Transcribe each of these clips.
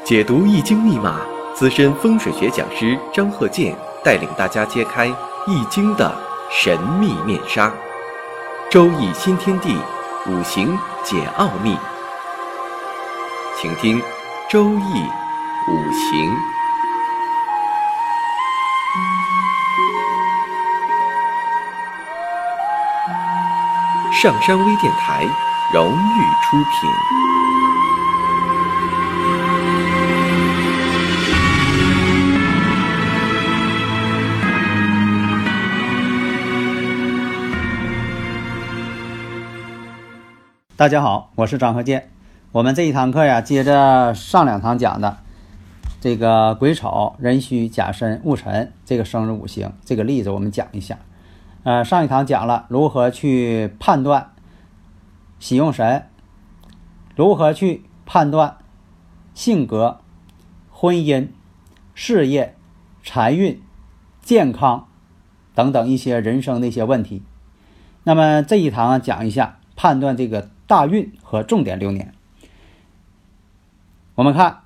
解读易经密码，资深风水学讲师张鹤剑带领大家揭开易经的神秘面纱。周易新天地，五行解奥秘。请听周易五行。上山微电台荣誉出品。 大家好，我是张鹤剑。我们这一堂课呀，接着上两堂讲的这个癸丑、壬戌、甲申、戊辰这个生日五行这个例子，我们讲一下。上一堂讲了如何去判断喜用神，如何去判断性格、婚姻、事业、财运、健康等等一些人生的一些问题。那么这一堂讲一下判断这个大运和重点流年。我们看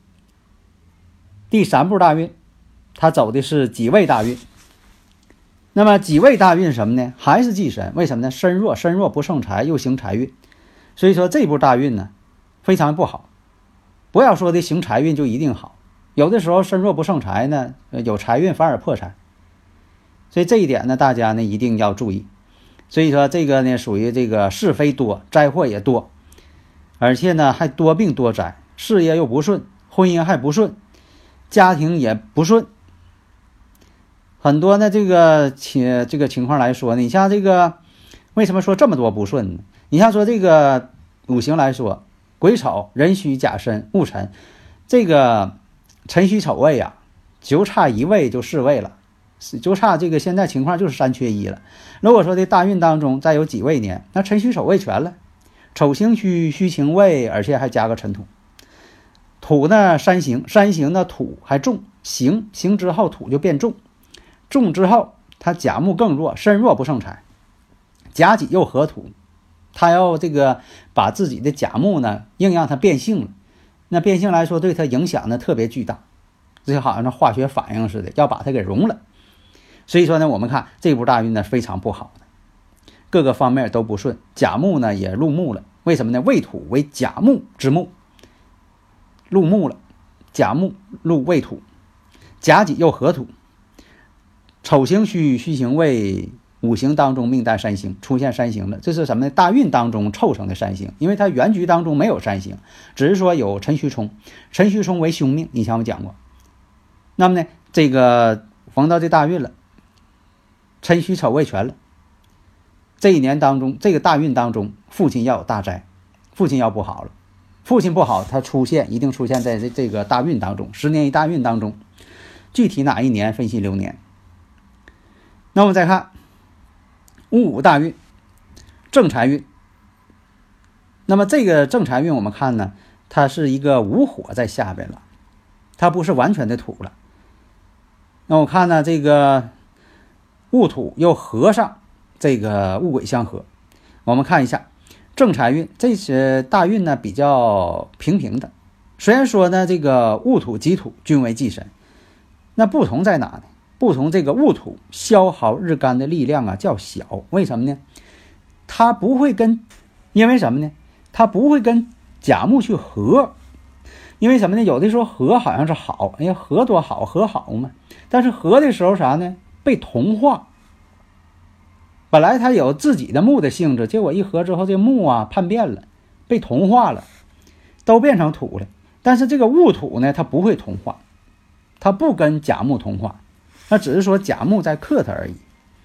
第三步大运，它走的是己未大运。那么己未大运什么呢？还是忌神。为什么呢？身弱不胜财，又行财运。所以说这步大运呢非常不好。不要说的行财运就一定好，有的时候身弱不胜财呢，有财运反而破财。所以这一点呢大家呢一定要注意。所以说这个呢属于这个是非多，灾祸也多，而且呢还多病多灾，事业又不顺，婚姻还不顺，家庭也不顺。很多呢这个情况来说呢，你像这个为什么说这么多不顺呢？你像说这个五行来说，癸丑、壬戌、甲申、戊辰，这个辰戌丑未呀，就差一位就4位了，就差这个现在情况就是3缺1了。如果说这大运当中再有己未年，那辰戌丑未全了，丑行戌，戌行未，而且还加个辰土。土呢山行呢土还重，行之后土就变重，重之后它甲木更弱，身弱不胜财，甲己又合土，他要这个把自己的甲木呢硬让它变性了。那变性来说对它影响呢特别巨大，就好像是化学反应似的，要把它给融了。所以说呢我们看这步大运呢非常不好的，各个方面都不顺。甲木呢也入木了，为什么呢？未土为甲木之木，入木了，甲木入未土，甲己又合土，丑行戌，戌行未，五行当中命带3星，出现3星了。这是什么呢？大运当中凑成的3星，因为它原局当中没有3星，只是说有辰戌冲，辰戌冲为凶命，以前我们讲过。那么呢这个逢到这大运了，辰戌丑未全了，这一年当中这个大运当中父亲要有大灾，父亲要不好了。父亲不好，他一定出现在这个大运当中，10年一大运当中，具体哪一年分析流年。那我们再看戊午大运，正财运。那么这个正财运我们看呢，它是一个午火在下边了，它不是完全的土了。那我看呢这个戊土又合上这个戊癸相合，我们看一下正财运。这些大运呢比较平的，虽然说呢这个戊土己土均为忌神，那不同在哪呢？不同这个戊土消耗日干的力量较小。为什么呢？它不会跟，因为什么呢？它不会跟甲木去合。因为什么呢？有的时候合好像是好，哎呀合多好，合好嘛。但是合的时候啥呢？被同化。本来它有自己的木的性质，结果一合之后这木叛变了，被同化了，都变成土了。但是这个戊土呢它不会同化，它不跟甲木同化，那只是说甲木在克它而已。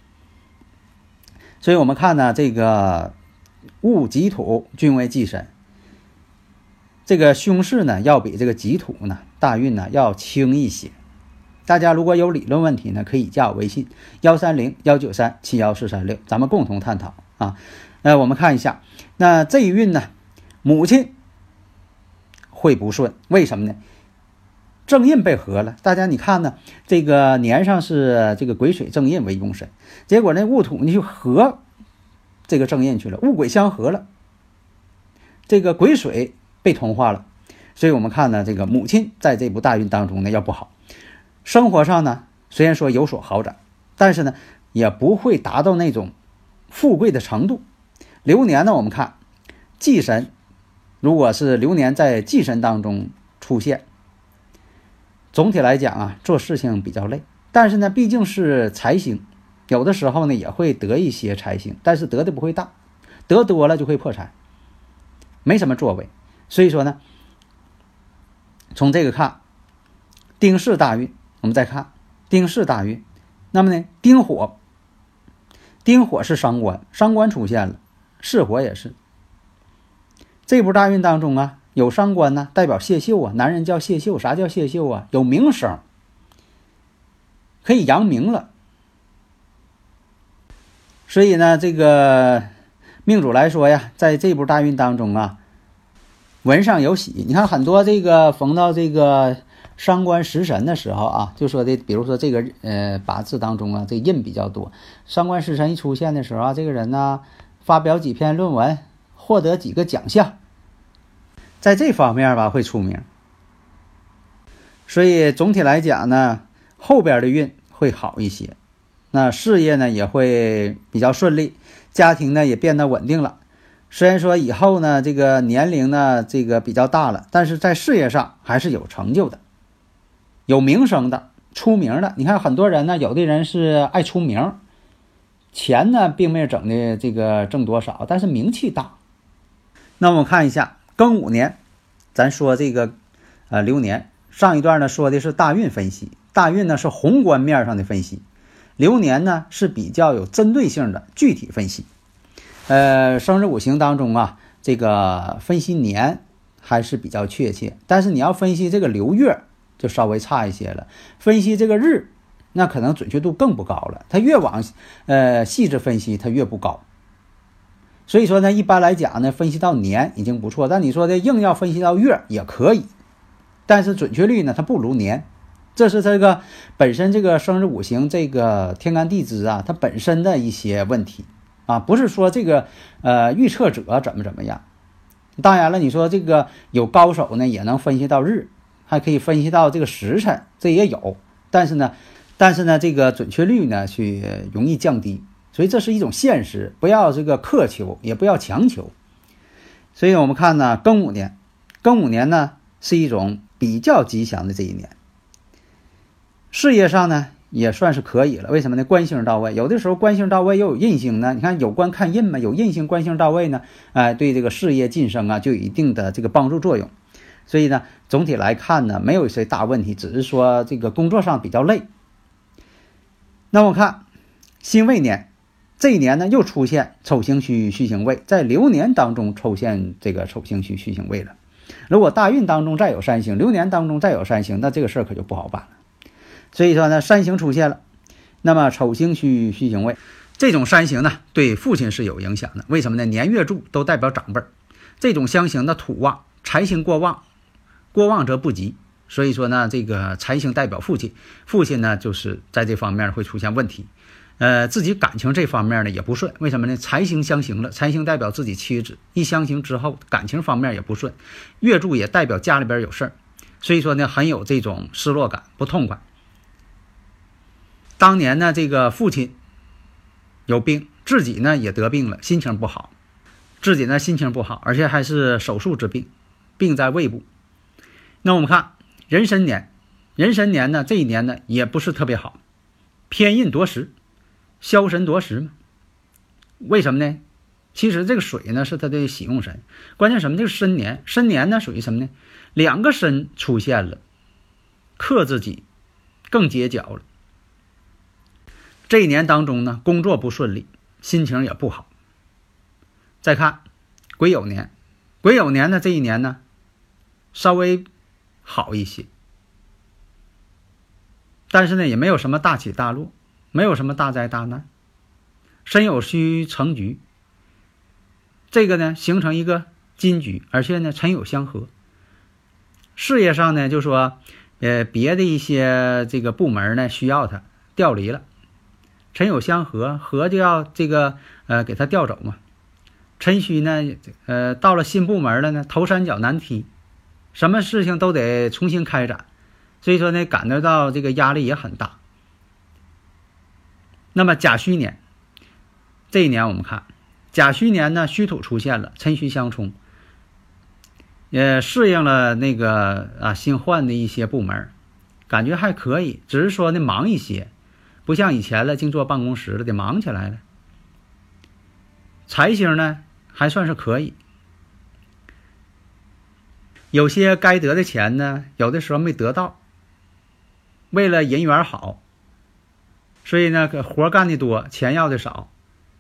所以我们看呢这个戊己土均为忌神，这个凶势呢要比这个己土呢大运呢要轻一些。大家如果有理论问题呢，可以加我微信13019371436，咱们共同探讨啊。我们看一下，那这一运呢，母亲会不顺，为什么呢？正印被合了，大家你看呢，这个年上是这个癸水正印为用神，结果呢戊土呢就合这个正印去了，戊癸相合了，这个癸水被同化了， 所以我们看呢，这个母亲在这部大运当中呢要不好，生活上呢虽然说有所好转，但是呢也不会达到那种富贵的程度。流年呢，我们看忌神，如果是流年在忌神当中出现，总体来讲啊，做事情比较累，但是呢毕竟是财星，有的时候呢也会得一些财星，但是得的不会大，得多了就会破财，没什么作为。所以说呢，从这个看丁巳大运，我们再看丁巳大运，那么呢丁火是伤官，伤官出现了，巳火也是。这部大运当中啊，有伤官呢，代表泄秀啊，男人叫泄秀。啥叫泄秀啊？有名声，可以扬名了。所以呢，这个命主来说呀，在这部大运当中啊，文上有喜。你看很多这个逢到这个伤官食神的时候啊，就说的比如说这个八字当中啊，这印比较多，伤官食神一出现的时候啊，这个人呢发表几篇论文，获得几个奖项，在这方面吧会出名。所以总体来讲呢，后边的运会好一些，那事业呢也会比较顺利，家庭呢也变得稳定了。虽然说以后呢这个年龄呢这个比较大了，但是在事业上还是有成就的，有名声的，出名的。你看很多人呢，有的人是爱出名，钱呢并没有整的这个挣多少，但是名气大。那我们看一下庚午年，咱说这个流年，上一段呢说的是大运分析，大运呢是宏观面上的分析，流年呢是比较有针对性的具体分析。生日五行当中啊，这个分析年还是比较确切，但是你要分析这个流月就稍微差一些了，分析这个日那可能准确度更不高了，它越往细致分析它越不高。所以说呢，一般来讲呢，分析到年已经不错，但你说的硬要分析到月也可以，但是准确率呢它不如年。这是这个本身这个生日五行这个天干地支啊，它本身的一些问题啊，不是说这个预测者怎么样。当然了，你说这个有高手呢也能分析到日，还可以分析到这个时辰，这也有，但是呢这个准确率呢去容易降低，所以这是一种现实，不要这个苛求，也不要强求。所以我们看呢，庚午年呢是一种比较吉祥的这一年，事业上呢也算是可以了。为什么呢？官星到位，有的时候官星到位又有印星呢，你看有官看印嘛，有印星官星到位呢，对这个事业晋升啊就有一定的这个帮助作用。所以呢，总体来看呢，没有谁大问题，只是说这个工作上比较累。那我看辛未年，这一年呢又出现丑星戌刑位，在流年当中出现这个丑星戌刑位了。如果大运当中再有三星，流年当中再有三星，那这个事儿可就不好办了。所以说呢，三星出现了，那么丑星戌刑位，这种三星呢对父亲是有影响的。为什么呢？年月柱都代表长辈，这种相形的土旺，财星过旺，过旺则不及。所以说呢，这个财星代表父亲，父亲呢就是在这方面会出现问题。自己感情这方面呢也不顺。为什么呢？财星相刑了，财星代表自己妻子，一相刑之后感情方面也不顺，月柱也代表家里边有事儿，所以说呢很有这种失落感，不痛快。当年呢这个父亲有病，自己呢也得病了，心情不好，而且还是手术之病，病在胃部。那我们看壬申年呢，这一年呢也不是特别好，偏印夺食，枭神夺食嘛。为什么呢？其实这个水呢是它的喜用神，关键什么？这个申年呢属于什么呢？两个申出现了，克自己更结角了。这一年当中呢，工作不顺利，心情也不好。再看癸酉年呢，这一年呢稍微好一些，但是呢也没有什么大起大落，没有什么大灾大难。申酉戌成局，这个呢形成一个金局，而且呢辰酉相合。事业上呢就说别的一些这个部门呢需要他调离了，辰酉相合，合就要这个给他调走嘛。辰戌呢到了新部门了呢，头三脚难踢， 什么事情都得重新开展，所以说呢，感觉到这个压力也很大。那么甲戌年这一年，我们看甲戌年呢，戌土出现了，辰戌相冲，也适应了那个新换的一些部门，感觉还可以，只是说呢忙一些，不像以前了，净坐办公室了，得忙起来了。财星呢还算是可以，有些该得的钱呢，有的时候没得到，为了人缘好，所以呢活干的多，钱要的少。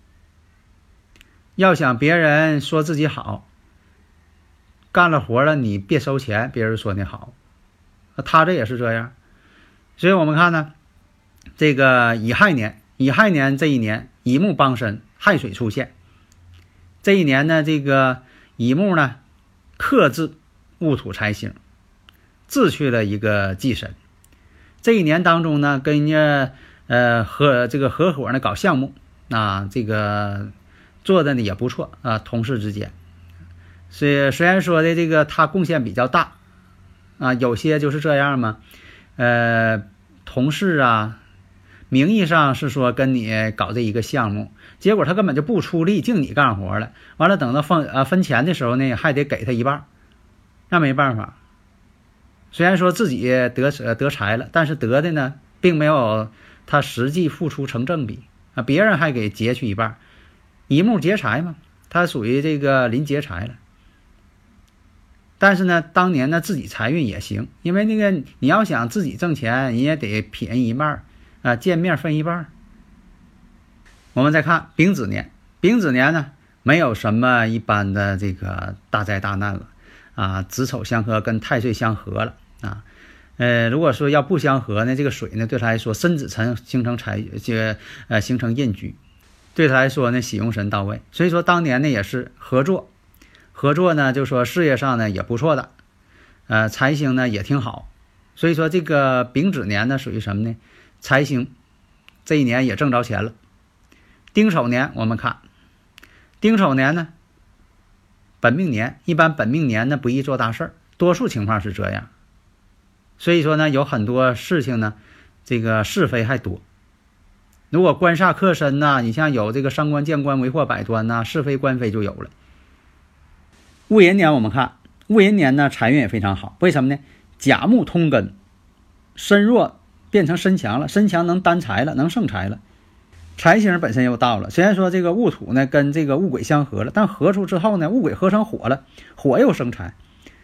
要想别人说自己好，干了活了你别收钱，别人说你好，他这也是这样。所以我们看呢，这个乙亥年这一年，乙木帮身，亥水出现。这一年呢，这个乙木呢克制戊土财星，自去了一个忌神。这一年当中呢，跟人家合伙呢搞项目，这个做的呢也不错同事之间。虽然说的这个他贡献比较大有些就是这样嘛，同事名义上是说跟你搞这一个项目，结果他根本就不出力，净你干活了。完了等到分钱的时候呢，还得给他一半，那没办法。虽然说自己得财了，但是得的呢并没有他实际付出成正比别人还给劫去一半。乙木劫财嘛，他属于这个临劫财了。但是呢，当年呢自己财运也行，因为那个你要想自己挣钱，你也得便宜一半见面分一半。我们再看丙子年，丙子年呢没有什么一般的这个大灾大难了子丑相合，跟太岁相合了如果说要不相合呢，这个水呢对他来说申子辰形成形成印局，对他来说呢喜用神到位，所以说当年呢也是合作呢，就说事业上呢也不错的财星呢也挺好。所以说这个丙子年呢属于什么呢？财星这一年也挣着钱了。丁丑年，我们看丁丑年呢本命年，一般本命年呢不宜做大事，多数情况是这样。所以说呢有很多事情呢这个是非还多。如果官煞克身你像有这个伤官见官为祸百端是非官非就有了。戊寅年，我们看戊寅年呢财运也非常好，为什么呢？甲木通根，身弱变成身强了，身强能担财了，能胜财了。财星本身又到了，虽然说这个戊土呢跟这个戊癸相合了，但合出之后呢，戊癸合成火了，火又生财。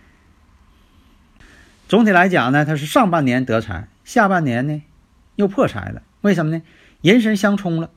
总体来讲呢，它是上半年得财，下半年呢又破财了。为什么呢？寅申相冲了，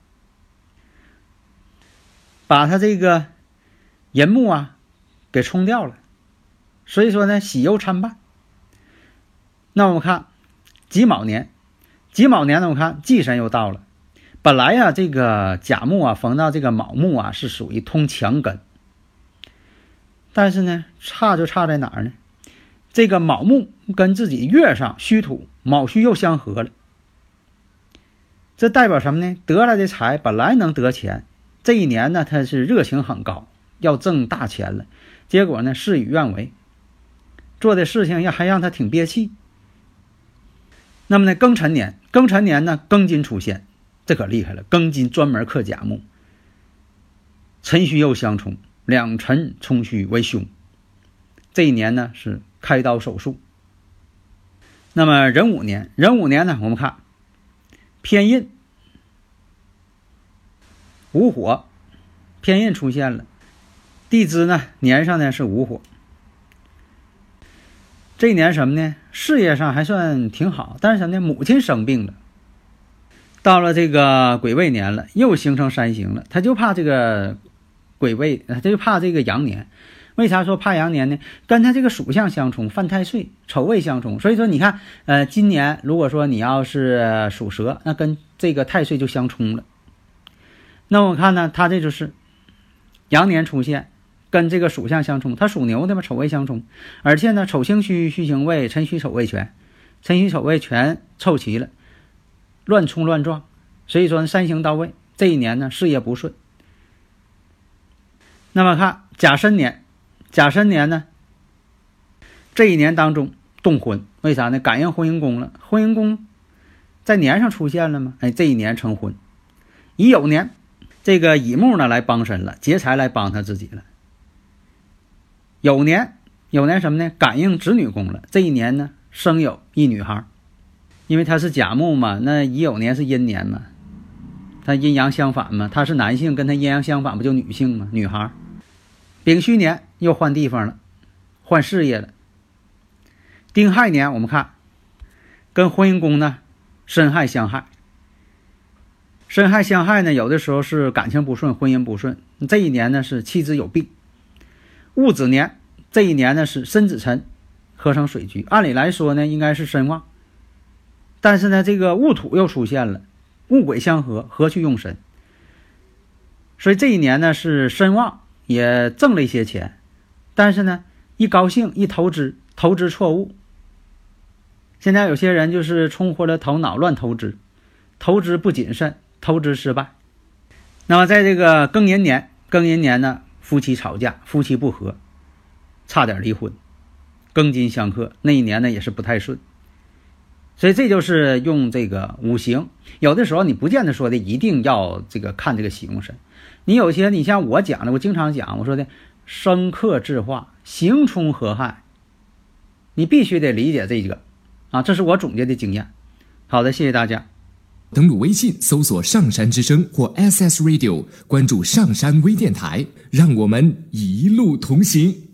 把它这个寅木给冲掉了，所以说呢喜忧参半。那我们看己卯年呢，我们看忌神又到了。本来这个甲木逢到这个卯木是属于通强根，但是呢差就差在哪儿呢？这个卯木跟自己月上戌土卯戌又相合了，这代表什么呢？得来的财本来能得钱，这一年呢他是热情很高，要挣大钱了，结果呢事与愿违，做的事情还让他挺憋气。那么呢庚辰年呢庚金出现，这可厉害了，庚金专门克甲木，辰戌又相冲，两辰冲戌为凶。这一年呢是开刀手术。那么壬午年呢，我们看偏印午火，偏印出现了，地支呢年上呢是午火。这一年什么呢？事业上还算挺好，但是什么呢？母亲生病了。到了这个癸未年了，又形成三刑了，他就怕这个癸未，他就怕这个羊年。为啥说怕羊年呢？跟他这个属相相冲，犯太岁，丑未相冲。所以说你看今年如果说你要是属蛇，那跟这个太岁就相冲了。那我看呢，他这就是羊年出现，跟这个属相相冲，他属牛的嘛，丑未相冲，而且呢丑星戌，戌星未，辰戌丑未全凑齐了，乱冲乱撞。所以说三星到位，这一年呢事业不顺。那么看甲申年呢， 这一年当中动婚，为啥呢？感应婚姻宫了，婚姻宫在年上出现了吗？这一年成婚。乙酉年，这个乙木呢来帮身了，劫财来帮他自己了。酉年什么呢？感应子女宫了，这一年呢生有一女孩，因为他是甲木嘛，那乙酉年是阴年嘛，他阴阳相反嘛，他是男性，跟他阴阳相反不就女性嘛，女孩。丙戌年又换地方了，换事业了。丁亥年我们看跟婚姻宫呢申亥相害，申亥相害呢，有的时候是感情不顺，婚姻不顺，这一年呢是妻子有病。戊子年这一年呢是申子辰合成水局，按理来说呢应该是身旺，但是呢这个戊土又出现了，戊癸相合，合去用申，所以这一年呢是身旺，也挣了一些钱，但是呢一高兴一投资错误。现在有些人就是冲昏了头脑乱投资，投资不谨慎，投资失败。那么在这个庚寅年呢，夫妻吵架，夫妻不和，差点离婚，庚金相克，那一年呢也是不太顺。所以这就是用这个五行，有的时候你不见得说的一定要这个看这个喜用神，你有些你像我讲的，我经常讲，我说的生克制化，刑冲合害，你必须得理解这个啊，这是我总结的经验。好的，谢谢大家。 登录微信搜索上山之声或 SS Radio， 关注上山微电台，让我们一路同行。